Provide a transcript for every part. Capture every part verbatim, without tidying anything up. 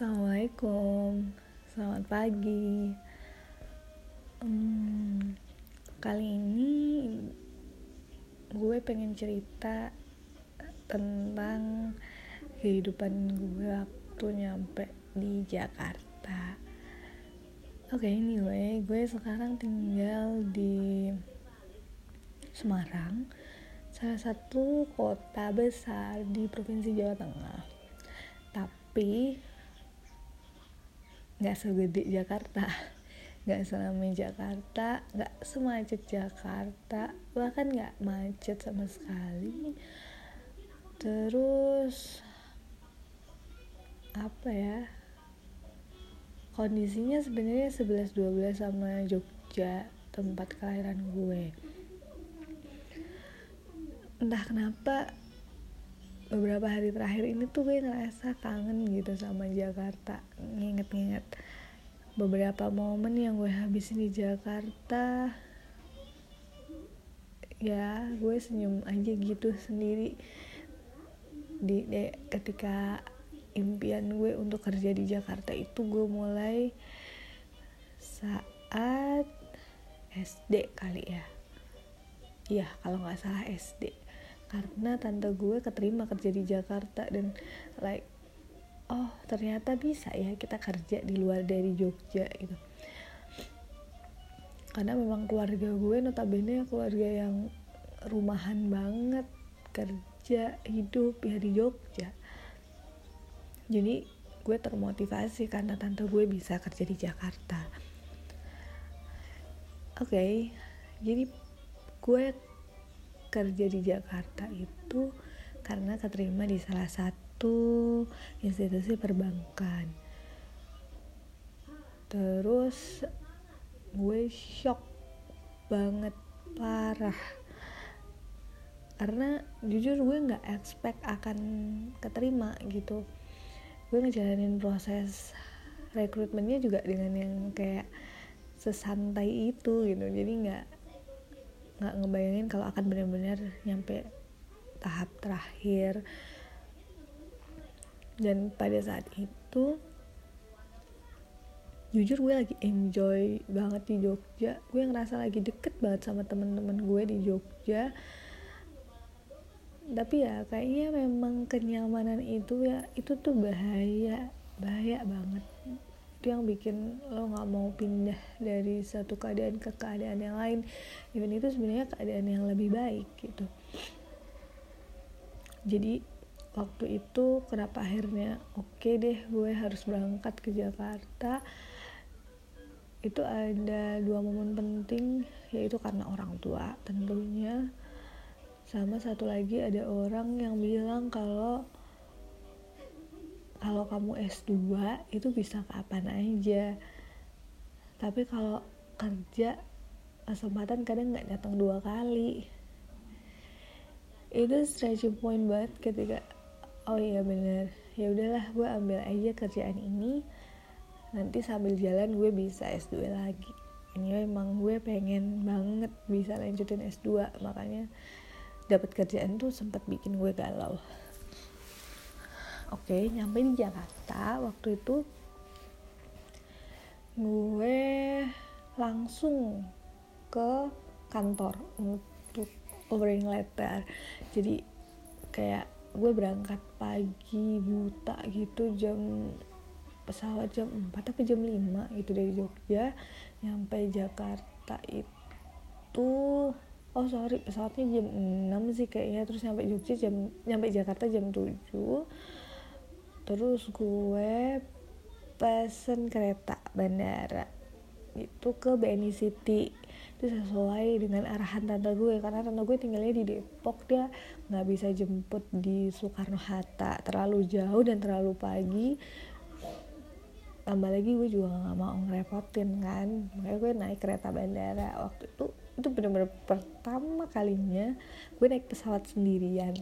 Assalamualaikum, selamat pagi. Hmm, kali ini gue pengen cerita tentang kehidupan gue waktu nyampe di Jakarta. Oke, okay, anyway, gue sekarang tinggal di Semarang, salah satu kota besar di Provinsi Jawa Tengah. Tapi nggak segede Jakarta, nggak seramai Jakarta, nggak semacet Jakarta, bahkan nggak macet sama sekali. Terus apa ya, kondisinya sebenarnya sebelas dua belas sama Jogja, tempat kelahiran gue. Entah kenapa beberapa hari terakhir ini tuh gue ngerasa kangen gitu sama Jakarta, nginget-nginget beberapa momen yang gue habisin di Jakarta. Ya gue senyum aja gitu sendiri di, di ketika impian gue untuk kerja di Jakarta itu gue mulai saat S D kali ya. Iya, kalau nggak salah S D, karena tante gue keterima kerja di Jakarta dan like, oh ternyata bisa ya kita kerja di luar dari Jogja gitu. Karena memang keluarga gue notabene keluarga yang rumahan banget, kerja hidup ya di Jogja. Jadi gue termotivasi karena tante gue bisa kerja di Jakarta. Oke, okay, jadi gue kerja di Jakarta itu karena keterima di salah satu institusi perbankan. Terus gue shock banget, parah, karena jujur gue gak expect akan keterima gitu. Gue ngejalanin proses rekrutmennya juga dengan yang kayak sesantai itu gitu, jadi gak nggak ngebayangin kalau akan benar-benar nyampe tahap terakhir. Dan pada saat itu jujur gue lagi enjoy banget di Jogja. Gue ngerasa lagi deket banget sama teman-teman gue di Jogja. Tapi ya kayaknya memang kenyamanan itu ya itu tuh bahaya bahaya banget. Itu yang bikin lo nggak mau pindah dari satu keadaan ke keadaan yang lain, even itu sebenarnya keadaan yang lebih baik gitu. Jadi waktu itu kenapa akhirnya oke okay deh gue harus berangkat ke Jakarta, itu ada dua momen penting, yaitu karena orang tua tentunya, sama satu lagi ada orang yang bilang kalau kalau kamu S dua itu bisa kapan aja, tapi kalau kerja kesempatan kadang nggak datang dua kali. Itu stretching point banget ketika oh iya benar, ya udahlah gue ambil aja kerjaan ini, nanti sambil jalan gue bisa S dua lagi. Ini emang gue pengen banget bisa lanjutin S dua, makanya dapat kerjaan tuh sempat bikin gue galau. Oke, nyampe di Jakarta waktu itu gue langsung ke kantor untuk offering letter. Jadi kayak gue berangkat pagi buta gitu, jam pesawat jam empat tapi jam lima gitu dari Jogja. Nyampe Jakarta itu oh sorry pesawatnya jam enam sih kayaknya. Terus nyampe Jogja jam nyampe Jakarta jam tujuh. Terus gue pesen kereta bandara itu ke B N I City. Itu sesuai dengan arahan tante gue, karena tante gue tinggalnya di Depok, dia nggak bisa jemput di Soekarno Hatta, terlalu jauh dan terlalu pagi. Tambah lagi gue juga nggak mau ngerepotin kan, makanya gue naik kereta bandara. Waktu itu itu benar-benar pertama kalinya gue naik pesawat sendirian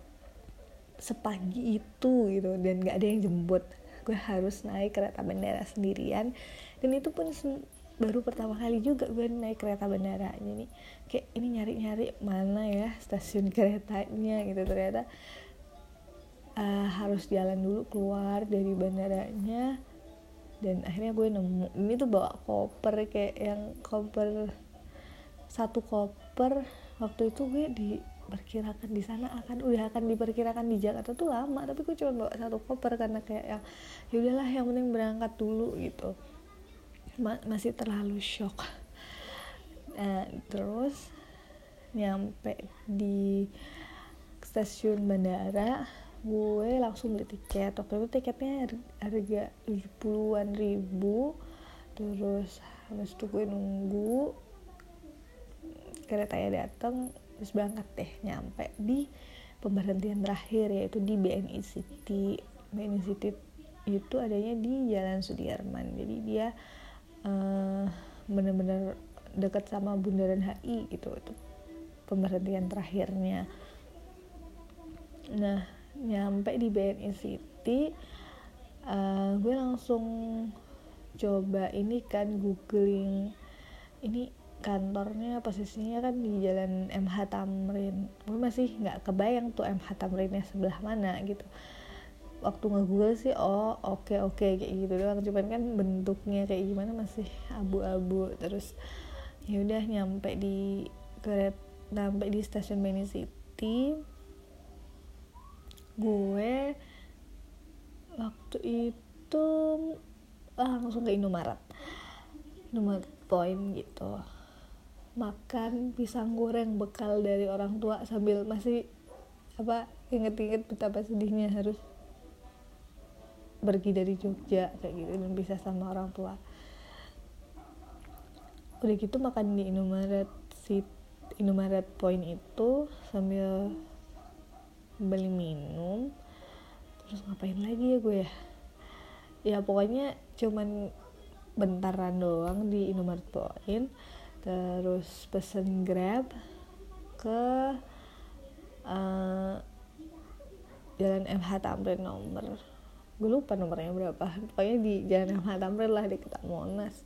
sepagi itu gitu, dan nggak ada yang jemput. Gue harus naik kereta bandara sendirian, dan itu pun sen- baru pertama kali juga gue naik kereta bandara. Jadi kayak ini nyari-nyari mana ya stasiun keretanya gitu. Ternyata uh, harus jalan dulu keluar dari bandaranya. Dan akhirnya gue nemu, ini tuh bawa koper kayak yang koper satu koper. Waktu itu gue diperkirakan di sana akan udah akan diperkirakan di Jakarta tuh lama, tapi gue cuma bawa satu koper karena kayak yang ya udahlah yang penting berangkat dulu gitu. Ma- masih terlalu shock. Nah, terus nyampe di stasiun bandara, gue langsung beli tiket. Waktu itu tiketnya harga tujuh puluhan ribu. Terus habis itu gue nunggu keretanya datang, terus berangkat deh. Nyampe di pemberhentian terakhir, yaitu di B N I City. B N I City itu adanya di Jalan Sudirman, jadi dia uh, bener-bener dekat sama Bundaran H I gitu. Itu pemberhentian terakhirnya. Nah, nyampe di B N I City, uh, gue langsung coba ini kan googling, ini kantornya posisinya kan di Jalan M H Tamrin. Gue masih nggak kebayang tuh M H Tamrinnya sebelah mana gitu. Waktu nge-google sih oh oke okay, oke okay, kayak gitu doang, cuman kan bentuknya kayak gimana masih abu-abu. Terus ya udah nyampe di keret nyampe di stasiun B N I City. Gue waktu itu langsung ke Indomaret Indomaret Point gitu, makan pisang goreng bekal dari orang tua sambil masih apa inget-inget betapa sedihnya harus pergi dari Jogja kayak gitu dan pisah sama orang tua. Udah gitu makan di Indomaret City, Indomaret Point itu sambil beli minum. Terus ngapain lagi ya gue ya ya pokoknya cuman bentaran doang di Indomaret Point. Terus pesen Grab ke uh, Jalan M H Tamrin nomor gue lupa nomornya berapa, pokoknya di Jalan M H Tamrin lah dekat Monas.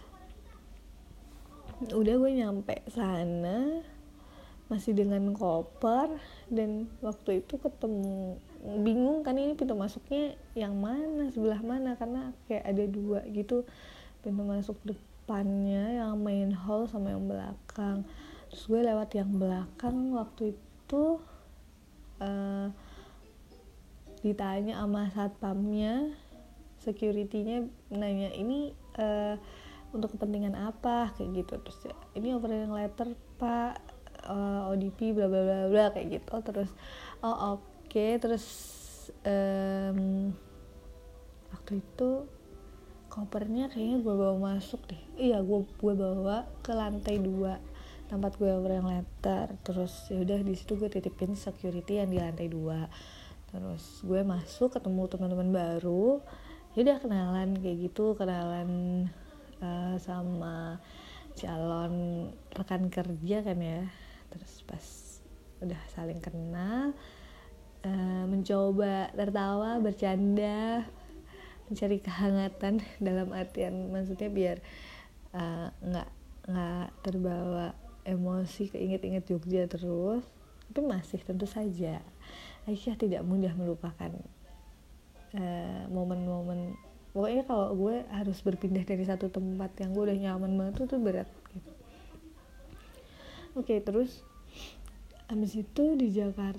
Udah gue nyampe sana masih dengan koper, dan waktu itu ketemu bingung kan ini pintu masuknya yang mana, sebelah mana, karena kayak ada dua gitu pintu masuk depannya, yang main hall sama yang belakang. Terus gue lewat yang belakang. Waktu itu uh, ditanya sama satpamnya, security-nya nanya ini uh, untuk kepentingan apa kayak gitu. Terus ya, ini offering letter pak, uh, O D P bla bla bla bla kayak gitu. Terus oh oke okay. Terus um, waktu itu kopernya kayaknya gue bawa masuk deh. Iya, gue gue bawa ke lantai dua tempat gue offering letter. Terus ya udah di situ gue titipin security yang di lantai dua. Terus gue masuk ketemu teman-teman baru. Ya udah kenalan kayak gitu, kenalan uh, sama calon rekan kerja kan ya. Terus pas udah saling kenal, uh, mencoba tertawa, bercanda, mencari kehangatan dalam artian maksudnya biar nggak uh, nggak terbawa emosi keinget-inget Jogja terus. Tapi masih tentu saja Aisyah tidak mudah melupakan uh, momen-momen. Pokoknya kalau gue harus berpindah dari satu tempat yang gue udah nyaman banget tuh, tuh berat gitu. Oke, okay, terus abis itu di Jakarta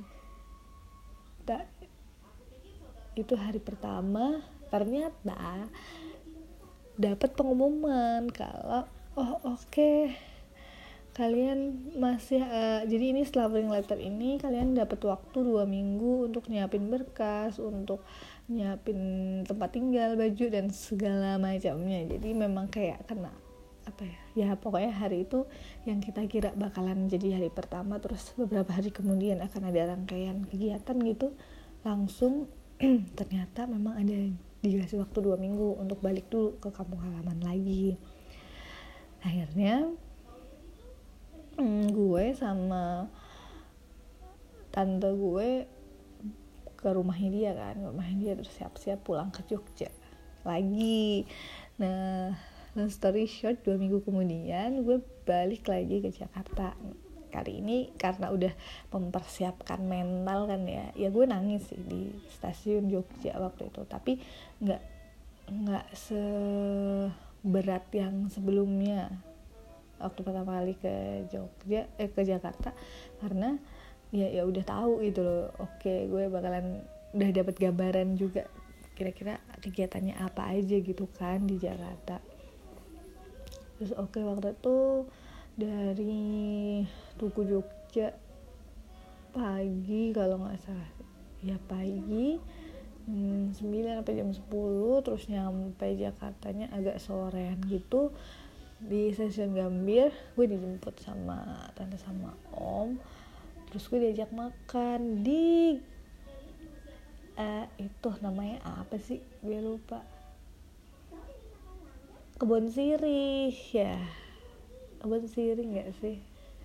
itu hari pertama ternyata dapat pengumuman kalau oh oke okay, kalian masih uh, jadi ini setelah offering letter ini kalian dapat waktu dua minggu untuk nyiapin berkas, untuk nyiapin tempat tinggal, baju dan segala macamnya. Jadi memang kayak kena apa ya ya pokoknya hari itu yang kita kira bakalan jadi hari pertama, terus beberapa hari kemudian akan ada rangkaian kegiatan gitu, langsung ternyata memang ada dikasih waktu dua minggu untuk balik dulu ke kampung halaman lagi. Akhirnya hmm, gue sama tante gue ke rumahnya dia kan, ke rumahnya dia terus siap-siap pulang ke Jogja lagi. Nah, long story short, dua minggu kemudian gue balik lagi ke Jakarta kali ini karena udah mempersiapkan mental kan ya, ya gue nangis sih di stasiun Jogja waktu itu, tapi nggak nggak seberat yang sebelumnya waktu pertama kali ke Jogja eh ke Jakarta, karena ya ya udah tahu gitu loh, oke gue bakalan udah dapat gambaran juga kira-kira kegiatannya apa aja gitu kan di Jakarta. Terus oke okay, waktu itu dari Tugu Jogja pagi kalau nggak salah ya pagi hmm, sembilan sampai jam sepuluh, terus nyampe Jakartanya agak sorean gitu di stasiun Gambir. Gue dijemput sama tante sama om, terus gue diajak makan di uh, itu namanya apa sih gue lupa, Kebon Sirih ya, Kebon Sirih nggak sih?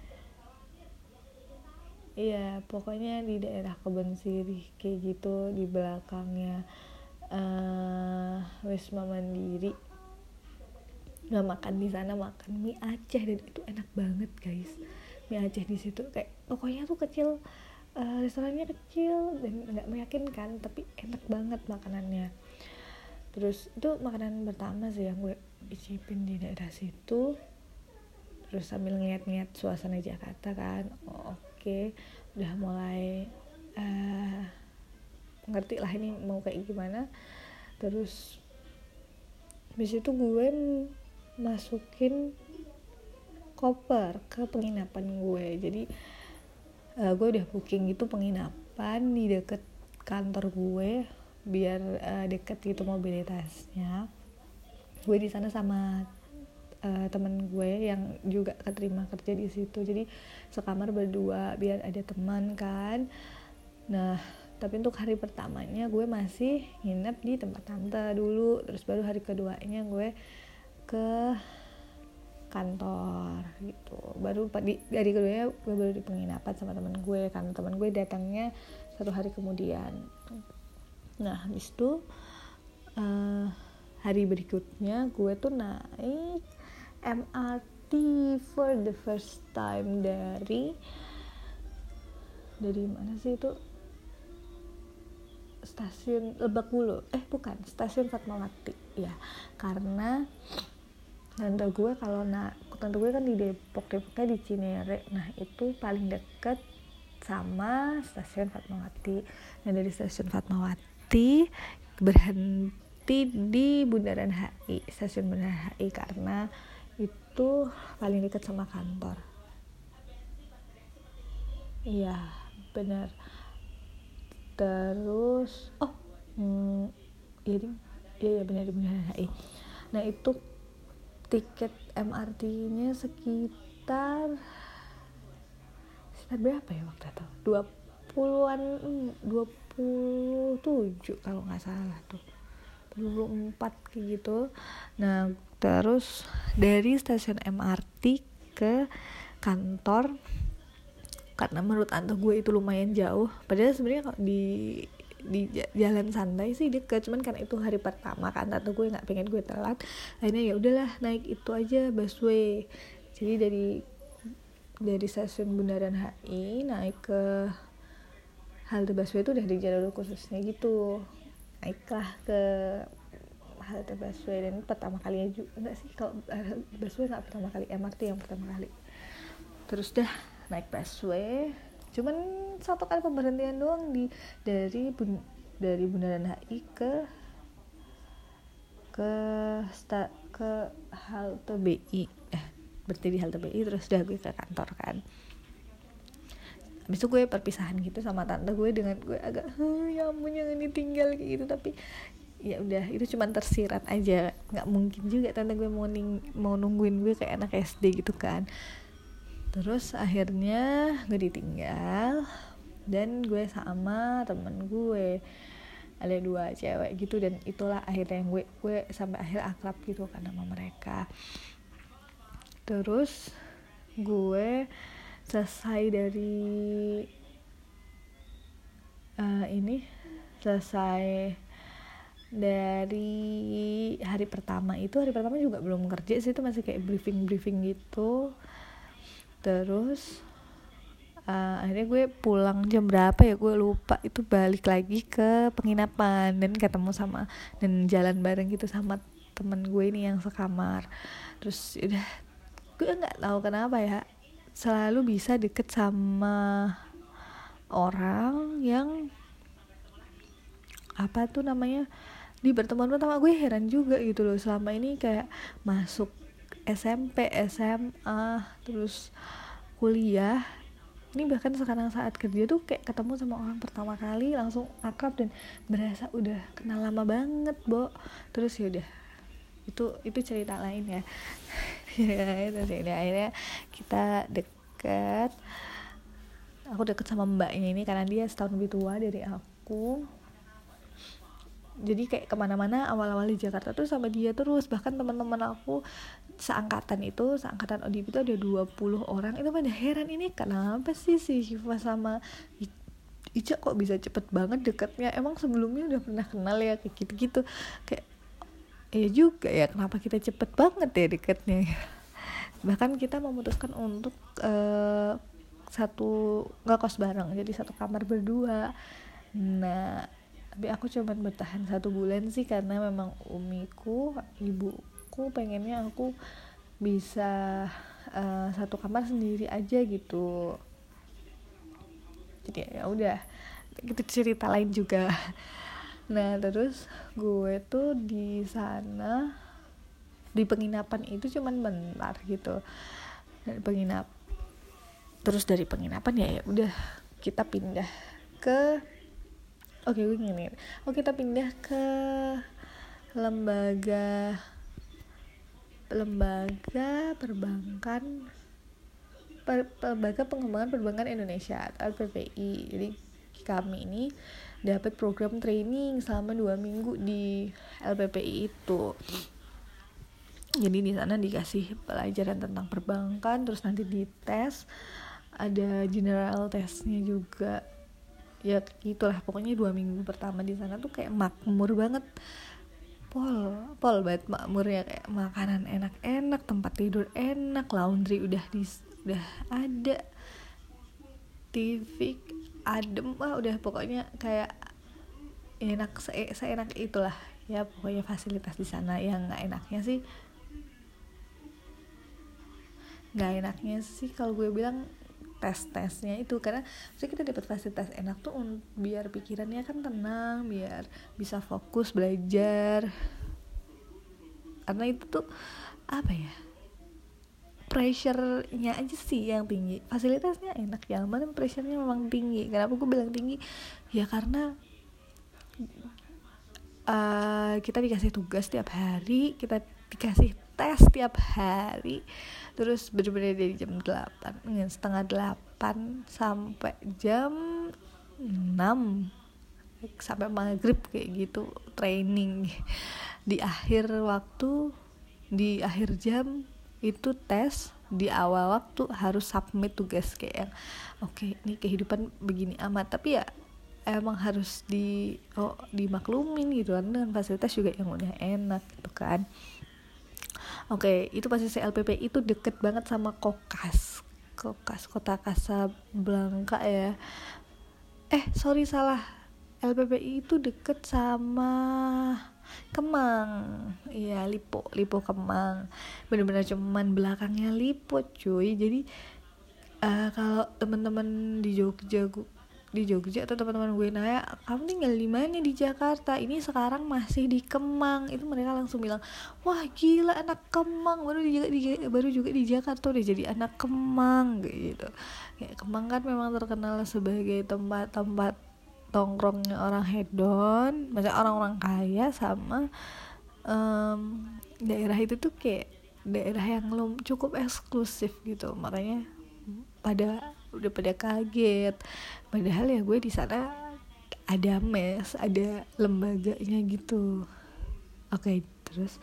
Iya pokoknya di daerah Kebon Sirih kayak gitu, di belakangnya uh, Wisma Mandiri. Udah makan di sana, makan mie Aceh dan itu enak banget guys. Mie Aceh di situ kayak pokoknya tuh kecil, uh, restorannya kecil dan nggak meyakinkan tapi enak banget makanannya. Terus itu makanan pertama sih yang gue icipin di daerah situ. Terus sambil ngeliat-ngeliat suasana Jakarta kan, oh, oke okay. Udah mulai uh, ngerti lah ini mau kayak gimana. Terus habis itu gue masukin koper ke penginapan gue. Jadi uh, gue udah booking gitu penginapan di deket kantor gue biar uh, deket gitu mobilitasnya. Gue di sana sama uh, temen gue yang juga keterima kerja di situ, jadi sekamar berdua biar ada teman kan. Nah tapi untuk hari pertamanya gue masih nginep di tempat tante dulu, terus baru hari keduanya gue ke kantor gitu. Baru di dari keduanya gue baru di penginapan sama teman gue, karena teman gue datangnya satu hari kemudian. Nah habis itu uh, hari berikutnya gue tuh naik M R T for the first time dari dari mana sih itu, stasiun Lebak Bulus eh bukan stasiun Fatmawati ya, karena tante gue kalau na tante gue kan di Depok, Depoknya di Cinere. Nah itu paling deket sama stasiun Fatmawati. Nah dari stasiun Fatmawati berhenti di Bundaran H I, stasiun Bundaran H I, karena itu paling dekat sama kantor. Iya benar. Terus oh hmm, iya iya benar di Bundaran H I. Nah itu tiket M R T-nya sekitar sekitar berapa ya waktu itu? dua puluhan, dua puluh tujuh kalau nggak salah tuh, dua puluh empat kayak gitu. Nah terus dari stasiun M R T ke kantor, karena menurut tante gue itu lumayan jauh, padahal sebenarnya kalau di di jalan santai sih deket, cuman karena itu hari pertama kan tante gue nggak pengen gue telat, akhirnya ya udahlah naik itu aja busway. Jadi dari dari stasiun Bundaran H I naik ke halte busway itu udah di jalur khususnya gitu, naiklah ke halte busway. Dan pertama kalinya juga enggak sih, kalau busway nggak pertama kali, M R T yang pertama kali. Terus dah naik busway, cuman satu kali pemberhentian doang di dari bun, dari Bundaran H I ke ke sta, ke halte B I, eh berarti di halte B I, terus dah gue ke kantor kan. Habis itu gue perpisahan gitu sama tante gue dengan gue agak ya ampun jangan ditinggal kayak gitu, tapi ya udah itu cuma tersirat aja, nggak mungkin juga tante gue mau ning, mau nungguin gue kayak anak S D gitu kan. Terus akhirnya gue ditinggal dan gue sama temen gue ada dua cewek gitu, dan itulah akhirnya yang gue gue sampai akhir akrab gitu kan sama mereka. Terus gue selesai dari uh, ini selesai dari hari pertama itu hari pertama juga belum kerja sih, itu masih kayak briefing briefing gitu. Terus uh, akhirnya gue pulang jam berapa ya gue lupa, itu balik lagi ke penginapan dan ketemu sama dan jalan bareng gitu sama temen gue ini yang sekamar. Terus udah gue nggak tahu kenapa ya selalu bisa deket sama orang yang apa tuh namanya di pertemuan pertama. Gue heran juga gitu loh, selama ini kayak masuk S M P, S M A, terus kuliah, ini bahkan sekarang saat kerja tuh kayak ketemu sama orang pertama kali langsung akrab dan berasa udah kenal lama banget, Bo. Terus ya udah itu itu cerita lain ya. Ya itu sih, akhirnya kita deket. Aku deket sama mbaknya ini karena dia setahun lebih tua dari aku. Jadi kayak kemana-mana awal-awal di Jakarta tuh sama dia terus. Bahkan teman-teman aku seangkatan itu, seangkatan Odip itu ada dua puluh orang. Itu pada heran, ini kenapa sih si Syifa sama Ica kok bisa cepet banget deketnya. Emang sebelumnya udah pernah kenal ya kayak gitu-gitu. Kayak ya juga ya, kenapa kita cepet banget ya deketnya. Bahkan kita memutuskan untuk uh, satu ngekos bareng, jadi satu kamar berdua. Nah tapi aku cuma bertahan satu bulan sih, karena memang umiku, ibuku pengennya aku bisa uh, satu kamar sendiri aja gitu. Jadi ya udah, itu cerita lain juga. Nah terus gue tuh di sana di penginapan itu cuman bentar gitu. Dari penginap, terus dari penginapan ya ya udah kita pindah ke Oke gue gini, oh kita pindah ke lembaga lembaga perbankan per, lembaga pengembangan perbankan Indonesia atau L P P I. Jadi kami ini dapat program training selama dua minggu di L P P I itu. Jadi di sana dikasih pelajaran tentang perbankan, terus nanti dites, ada general testnya juga. Ya gitulah, pokoknya dua minggu pertama di sana tuh kayak makmur banget, pol pol banget makmurnya, kayak makanan enak-enak, tempat tidur enak, laundry udah di udah ada, T V adem, ah udah pokoknya kayak enak se- seenak itulah ya. Pokoknya fasilitas di sana. Yang nggak enaknya sih nggak enaknya sih kalau gue bilang tes-tesnya itu, karena maksudnya kita dapat fasilitas enak tuh un- biar pikirannya kan tenang, biar bisa fokus belajar. Karena itu tuh apa ya, pressure-nya aja sih yang tinggi. Fasilitasnya enak ya, mana pressure-nya memang tinggi. Kenapa gue bilang tinggi? Ya karena uh, kita dikasih tugas tiap hari, kita dikasih tes tiap hari, terus bener-bener dari jam delapan, setengah delapan sampai jam enam, sampai maghrib kayak gitu training. Di akhir waktu, di akhir jam itu tes, di awal waktu harus submit tugas kayak yang oke okay, ini kehidupan begini amat, tapi ya emang harus di oh, dimaklumin gitu kan, dengan fasilitas juga yang udah enak gitu kan. Oke, okay, itu posisi L P P itu deket banget sama Kokas, Kokas Kota Kasablanka ya. Eh, sorry salah. L P P I itu deket sama Kemang. Iya, Lipo, Lipo Kemang. Bener-bener cuman belakangnya Lipo, cuy. Jadi uh, kalau teman-teman di Jogja di Jogja atau teman-teman gue nanya, kamu tinggal di mana di Jakarta? Ini sekarang masih di Kemang. Itu mereka langsung bilang, wah gila anak Kemang, baru di, di baru juga di Jakarta udah jadi anak Kemang gitu. Kayak Kemang kan memang terkenal sebagai tempat-tempat tongkrongnya orang hedon, maksudnya orang-orang kaya, sama um, daerah itu tuh kayak daerah yang belum cukup eksklusif gitu. Makanya pada udah pada kaget, padahal ya gue di sana ada mes, ada lembaganya gitu. Oke, okay, terus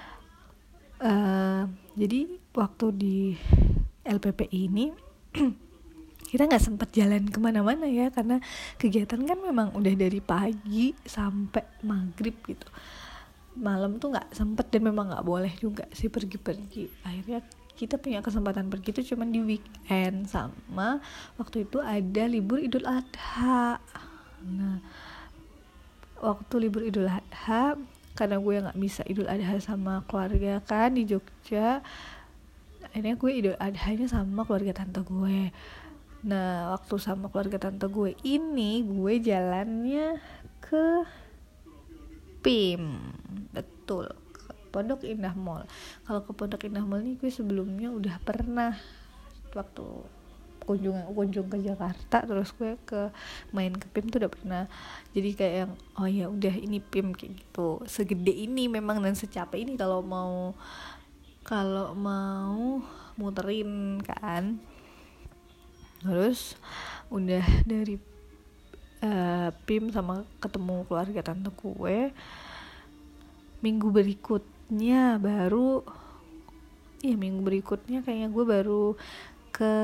uh, jadi waktu di L P P I ini kita nggak sempat jalan kemana-mana ya, karena kegiatan kan memang udah dari pagi sampai maghrib gitu. Malam tuh nggak sempet dan memang nggak boleh juga sih pergi-pergi. Akhirnya kita punya kesempatan pergi itu cuman di weekend, sama waktu itu ada libur Idul Adha. Nah waktu libur Idul Adha, karena gue nggak bisa Idul Adha sama keluarga kan di Jogja, akhirnya gue Idul Adhanya sama keluarga tante gue. Nah waktu sama keluarga tante gue ini, gue jalannya ke P I M, betul, ke Pondok Indah Mall. Kalau ke Pondok Indah Mall nih gue sebelumnya udah pernah waktu kunjung kunjung ke Jakarta, terus gue ke main ke P I M tuh udah pernah. Jadi kayak yang oh ya udah ini P I M kayak gitu, segede ini memang dan secapek ini kalau mau kalau mau muterin kan. Terus udah dari Uh, P I M sama ketemu keluarga tante gue, minggu berikutnya baru iya minggu berikutnya kayaknya gue baru ke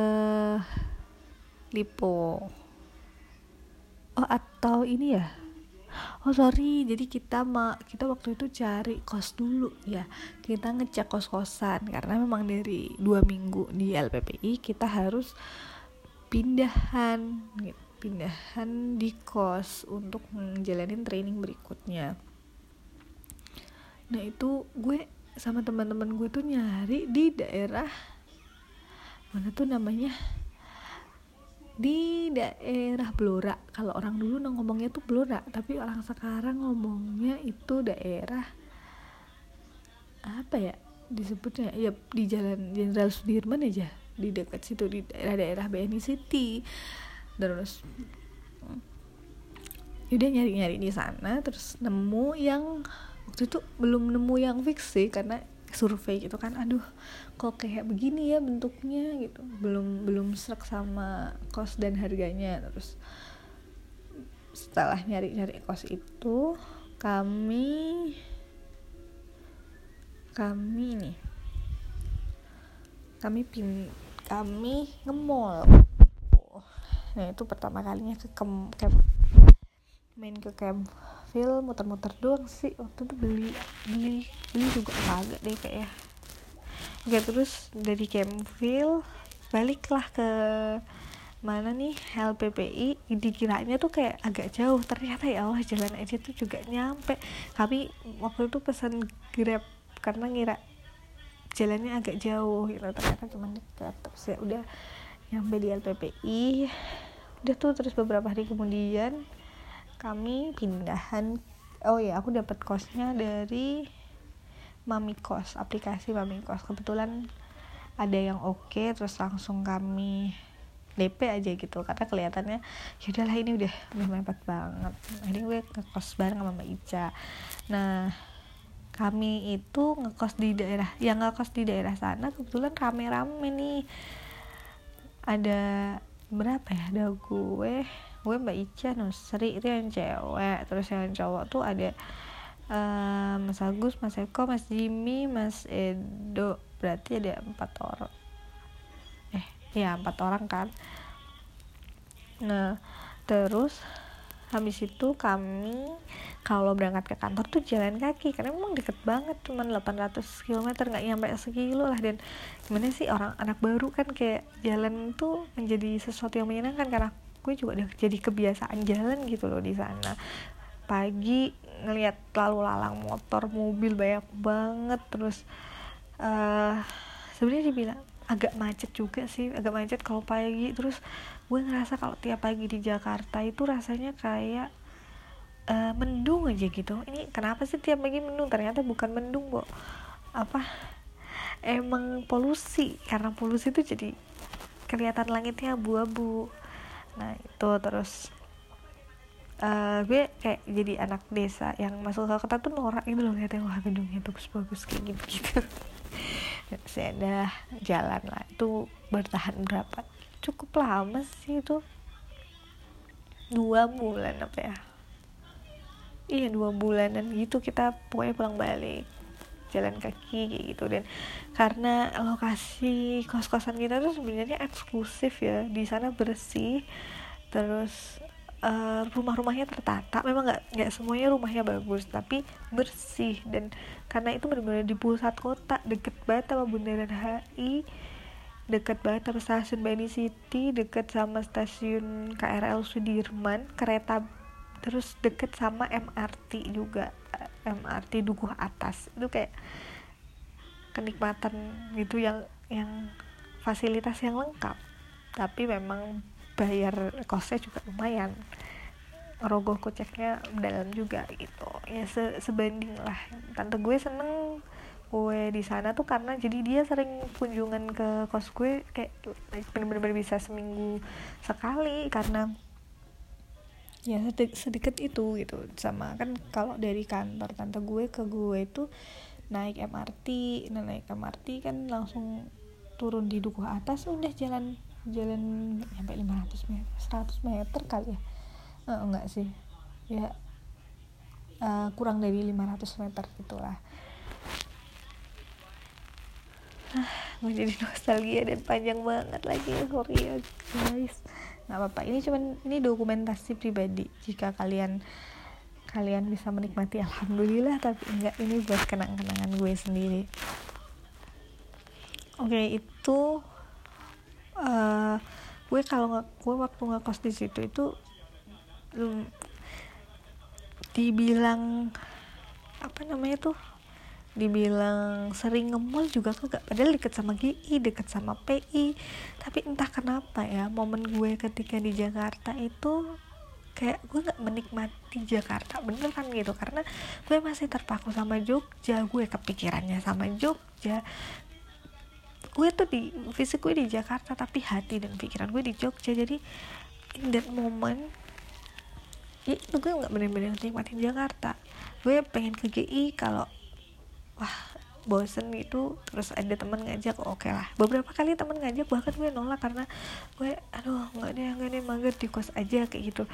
Lipo. Oh atau ini ya, oh sorry, jadi kita ma kita waktu itu cari kos dulu ya, kita ngecek kos-kosan karena memang dari dua minggu di L P P I kita harus pindahan gitu, pindahan di kos untuk menjalanin training berikutnya. Nah itu gue sama teman-teman gue tuh nyari di daerah mana tuh namanya, di daerah Blora. Kalau orang dulu ngomongnya tuh Blora, tapi orang sekarang ngomongnya itu daerah apa ya disebutnya ya, di Jalan Jenderal Sudirman aja, di dekat situ, di daerah-daerah B N I City. Terus udah nyari-nyari di sana, terus nemu yang waktu itu belum nemu yang fix sih karena survei gitu kan, aduh kok kayak begini ya bentuknya gitu, belum belum srek sama kos dan harganya. Terus setelah nyari-nyari kos itu kami kami nih kami pin kami nge-mall. Nah itu pertama kalinya ke camp, camp main ke Campville, muter-muter doang sih waktu itu. beli beli beli juga kagak deh kayak. Oke terus dari Campville baliklah ke mana nih, L P P I. Dikiranya tuh kayak agak jauh, ternyata ya Allah jalan aja tuh juga nyampe. Kami waktu itu pesan Grab karena ngira jalannya agak jauh gitu, ternyata cuma dekat. Terus ya udah nyampe di L P P I, udah tuh. Terus beberapa hari kemudian kami pindahan. Oh ya, aku dapat kosnya dari Mami Kos, aplikasi Mami Kos. Kebetulan ada yang oke, okay, terus langsung kami D P aja gitu karena kelihatannya yaudahlah ini udah udah mepet banget. Akhirnya gue ngekos bareng sama Mbak Ica. Nah kami itu ngekos di daerah yang ngekos di daerah sana kebetulan rame-rame nih. Ada berapa ya, ada gue gue Mbak Ica, Nusri itu yang cewek, terus yang cowok tuh ada uh, Mas Agus, Mas Eko, Mas Jimmy, Mas Edo, berarti ada empat orang eh ya empat orang kan. Nah terus habis itu kami kalau berangkat ke kantor tuh jalan kaki karena memang deket banget, cuma delapan ratus kilometer, nggak nyampe sekilo lah. Dan gimana sih, orang anak baru kan kayak jalan tuh menjadi sesuatu yang menyenangkan karena gue juga udah jadi kebiasaan jalan gitu loh di sana. Pagi ngelihat lalu lalang motor, mobil banyak banget. Terus uh, sebenarnya dibilang agak macet juga sih, agak macet kalau pagi. Terus gue ngerasa kalau tiap pagi di Jakarta itu rasanya kayak uh, mendung aja gitu. Ini kenapa sih tiap pagi mendung? Ternyata bukan mendung kok, apa emang polusi. Karena polusi itu jadi kelihatan langitnya abu-abu. Nah itu terus uh, gue kayak jadi anak desa yang masuk ke kota tuh norak gitu loh, lihatnya wah gedungnya bagus-bagus kayak gitu-gitu. Saya udah jalan lah, itu bertahan berapa, cukup lama sih itu, dua bulan apa ya, iya dua bulanan gitu kita pokoknya pulang balik jalan kaki kayak gitu. Dan karena lokasi kos-kosan kita tuh sebenarnya eksklusif ya, di sana bersih, terus uh, rumah-rumahnya tertata. Memang nggak nggak semuanya rumahnya bagus, tapi bersih. Dan karena itu benar-benar di pusat kota, deket banget sama Bundaran H I, deket banget sama stasiun Bani City, deket sama stasiun K R L Sudirman, kereta, terus deket sama M R T juga, M R T Dukuh Atas. Itu kayak kenikmatan gitu, yang yang fasilitas yang lengkap, tapi memang bayar kosnya juga lumayan, rogoh koceknya dalam juga gitu ya, se- sebanding lah. Tante gue seneng gue di sana tuh karena jadi dia sering kunjungan ke kos gue, kayak bener-bener bisa seminggu sekali, karena ya sedikit itu gitu. Sama kan kalau dari kantor tante gue ke gue itu naik M R T, nah naik M R T kan langsung turun di Dukuh Atas, udah jalan jalan sampai lima ratus meter, seratus meter kali ya, eh, enggak sih ya, uh, kurang dari lima ratus meter gitulah. Ah, gue jadi nostalgia dan panjang banget lagi, sorry ya guys, nggak apa-apa, ini cuman ini dokumentasi pribadi. Jika kalian kalian bisa menikmati, alhamdulillah, tapi enggak, ini buat kenang-kenangan gue sendiri. Oke, okay, itu uh, gue kalau nggak gue waktu ngekos di situ itu um, dibilang apa namanya tuh, dibilang sering nge-mall juga kagak, padahal deket sama G I, deket sama P I. Tapi entah kenapa ya, momen gue ketika di Jakarta itu kayak gue nggak menikmati Jakarta beneran gitu, karena gue masih terpaku sama Jogja, gue kepikirannya sama Jogja. Gue tuh di fisik gue di Jakarta, tapi hati dan pikiran gue di Jogja. Jadi in that moment ya itu gue nggak bener-bener nikmatin Jakarta. Gue pengen ke G I kalau wah bosen gitu, terus ada teman ngajak, oke okay lah. Beberapa kali teman ngajak bahkan gue nolak karena gue aduh nggak deh nggak deh mager di kos aja kayak gitu.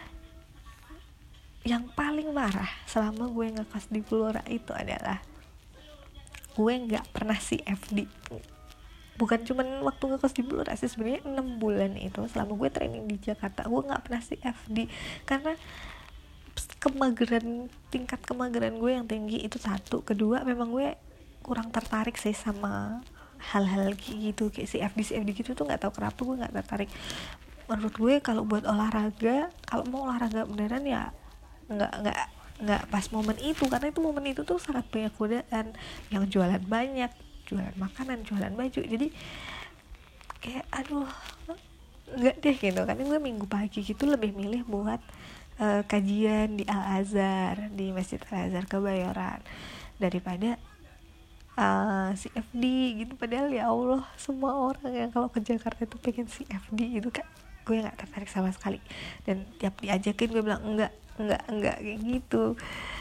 Yang paling marah selama gue ngekos di Blora itu adalah gue nggak pernah C F D. Bukan cuman waktu ngekos di Blora sih, sebenarnya enam bulan itu selama gue training di Jakarta gue nggak pernah C F D, karena kemageran, tingkat kemageran gue yang tinggi itu satu. Kedua, memang gue kurang tertarik sih sama hal-hal gitu kayak C F D C F D gitu tuh, nggak tahu kenapa gue nggak tertarik. Menurut gue kalau buat olahraga, kalau mau olahraga beneran ya nggak nggak nggak pas momen itu, karena itu momen itu tuh sangat banyak godaan yang jualan banyak, jualan makanan, jualan baju. Jadi kayak aduh nggak deh gitu. Karena gue minggu pagi gitu lebih milih buat Uh, kajian di Al-Azhar, di Masjid Al-Azhar Kebayoran, daripada uh, C F D gitu. Padahal ya Allah, semua orang yang kalau ke Jakarta itu pengen C F D gitu kan, gue nggak tertarik sama sekali. Dan tiap diajakin gue bilang enggak, enggak, enggak kayak gitu.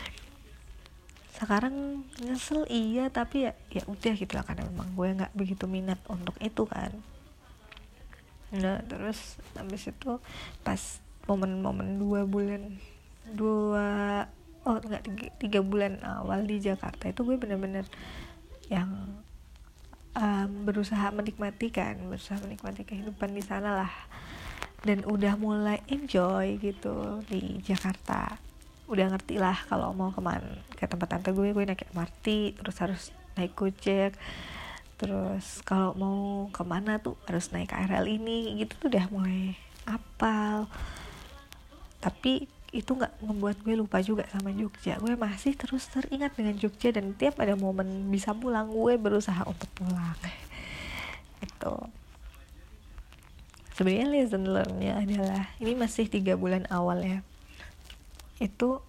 Sekarang nyesel iya, tapi ya ya udah gitu lah, karena memang gue nggak begitu minat untuk itu kan. Nah terus habis itu pas momen-momen dua bulan dua oh enggak tiga, tiga bulan awal di Jakarta itu gue bener-bener yang um, berusaha menikmati kan berusaha menikmati kehidupan di sana lah, dan udah mulai enjoy gitu di Jakarta. Udah ngerti lah kalau mau kemana, ke tempat tante gue gue naik M R T, terus harus naik Gojek, terus kalau mau kemana tuh harus naik K R L ini gitu tuh udah mulai apal. Tapi itu gak membuat gue lupa juga sama Jogja. Gue masih terus teringat dengan Jogja, dan tiap ada momen bisa pulang gue berusaha untuk pulang itu. Sebenarnya lesson learn-nya adalah ini masih tiga bulan awal ya, itu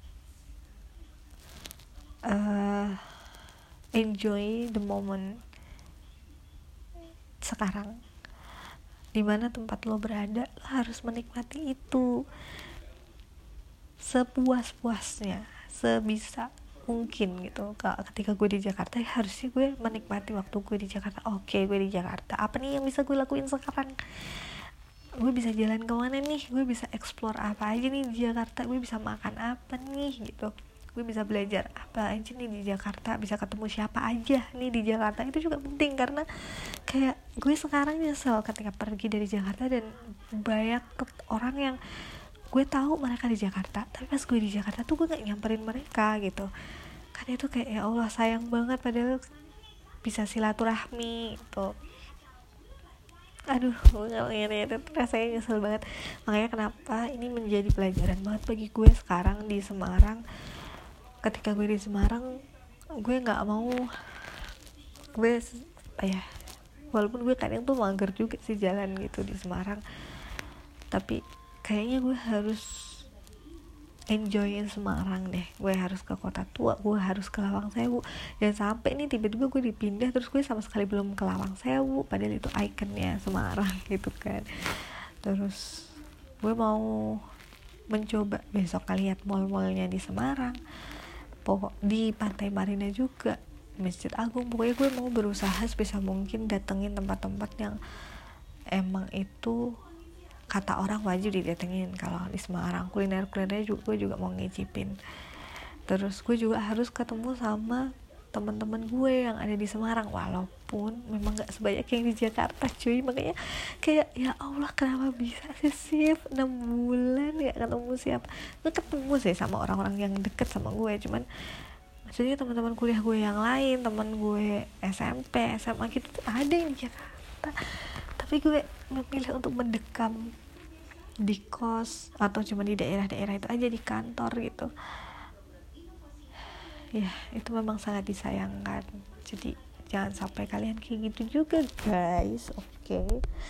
uh, enjoy the moment sekarang. Dimana tempat lo berada, lo harus menikmati itu sepuas-puasnya, sebisa mungkin gitu. Ketika gue di Jakarta ya harusnya gue menikmati waktu gue di Jakarta. Oke, gue di Jakarta, apa nih yang bisa gue lakuin sekarang? Gue bisa jalan kemana nih? Gue bisa explore apa aja nih di Jakarta? Gue bisa makan apa nih gitu? Gue bisa belajar apa aja nih di Jakarta? Bisa ketemu siapa aja nih di Jakarta? Itu juga penting, karena kayak gue sekarang nyesel ketika pergi dari Jakarta dan banyak orang yang gue tahu mereka di Jakarta, tapi pas gue di Jakarta tuh gue gak nyamperin mereka gitu kan. Itu kayak ya Allah sayang banget, padahal bisa silaturahmi gitu. Aduh, ngomongin itu rasanya nyesel banget. Makanya kenapa ini menjadi pelajaran banget bagi gue sekarang di Semarang. Ketika gue di Semarang, gue nggak mau gue ya walaupun gue kadang tuh mager juga sih jalan gitu di Semarang, tapi kayaknya gue harus enjoyin Semarang deh. Gue harus ke Kota Tua, gue harus ke Lawang Sewu. Dan sampai nih tiba-tiba gue dipindah terus gue sama sekali belum ke Lawang Sewu, padahal itu ikonnya Semarang gitu kan. Terus gue mau mencoba besok lihat mall-mallnya di Semarang, pokok di Pantai Marina juga, Masjid Agung. Pokoknya gue mau berusaha sebisa mungkin datengin tempat-tempat yang emang itu kata orang wajib didatengin kalau di Semarang. Kuliner-kulinernya juga gue juga mau ngicipin. Terus gue juga harus ketemu sama teman-teman gue yang ada di Semarang, walaupun memang gak sebanyak yang di Jakarta cuy. Makanya kayak ya Allah kenapa bisa sih sih enam bulan gak ketemu siapa. Gue ketemu sih sama orang-orang yang deket sama gue, cuman maksudnya teman-teman kuliah gue yang lain, teman gue S M P, S M A gitu ada yang di Jakarta, tapi gue memilih untuk mendekam di kos atau cuma di daerah-daerah itu aja, di kantor gitu. Ya itu memang sangat disayangkan. Jadi jangan sampai kalian kayak gitu juga guys. Oke okay.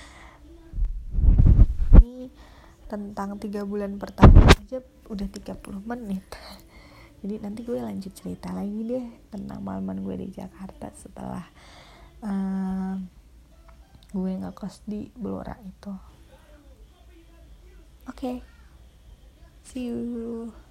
Ini tentang tiga bulan pertama aja udah tiga puluh menit. Jadi nanti gue lanjut cerita lagi deh tentang malaman gue di Jakarta setelah uh, gue ngekos di Blora itu. Oke okay. See you.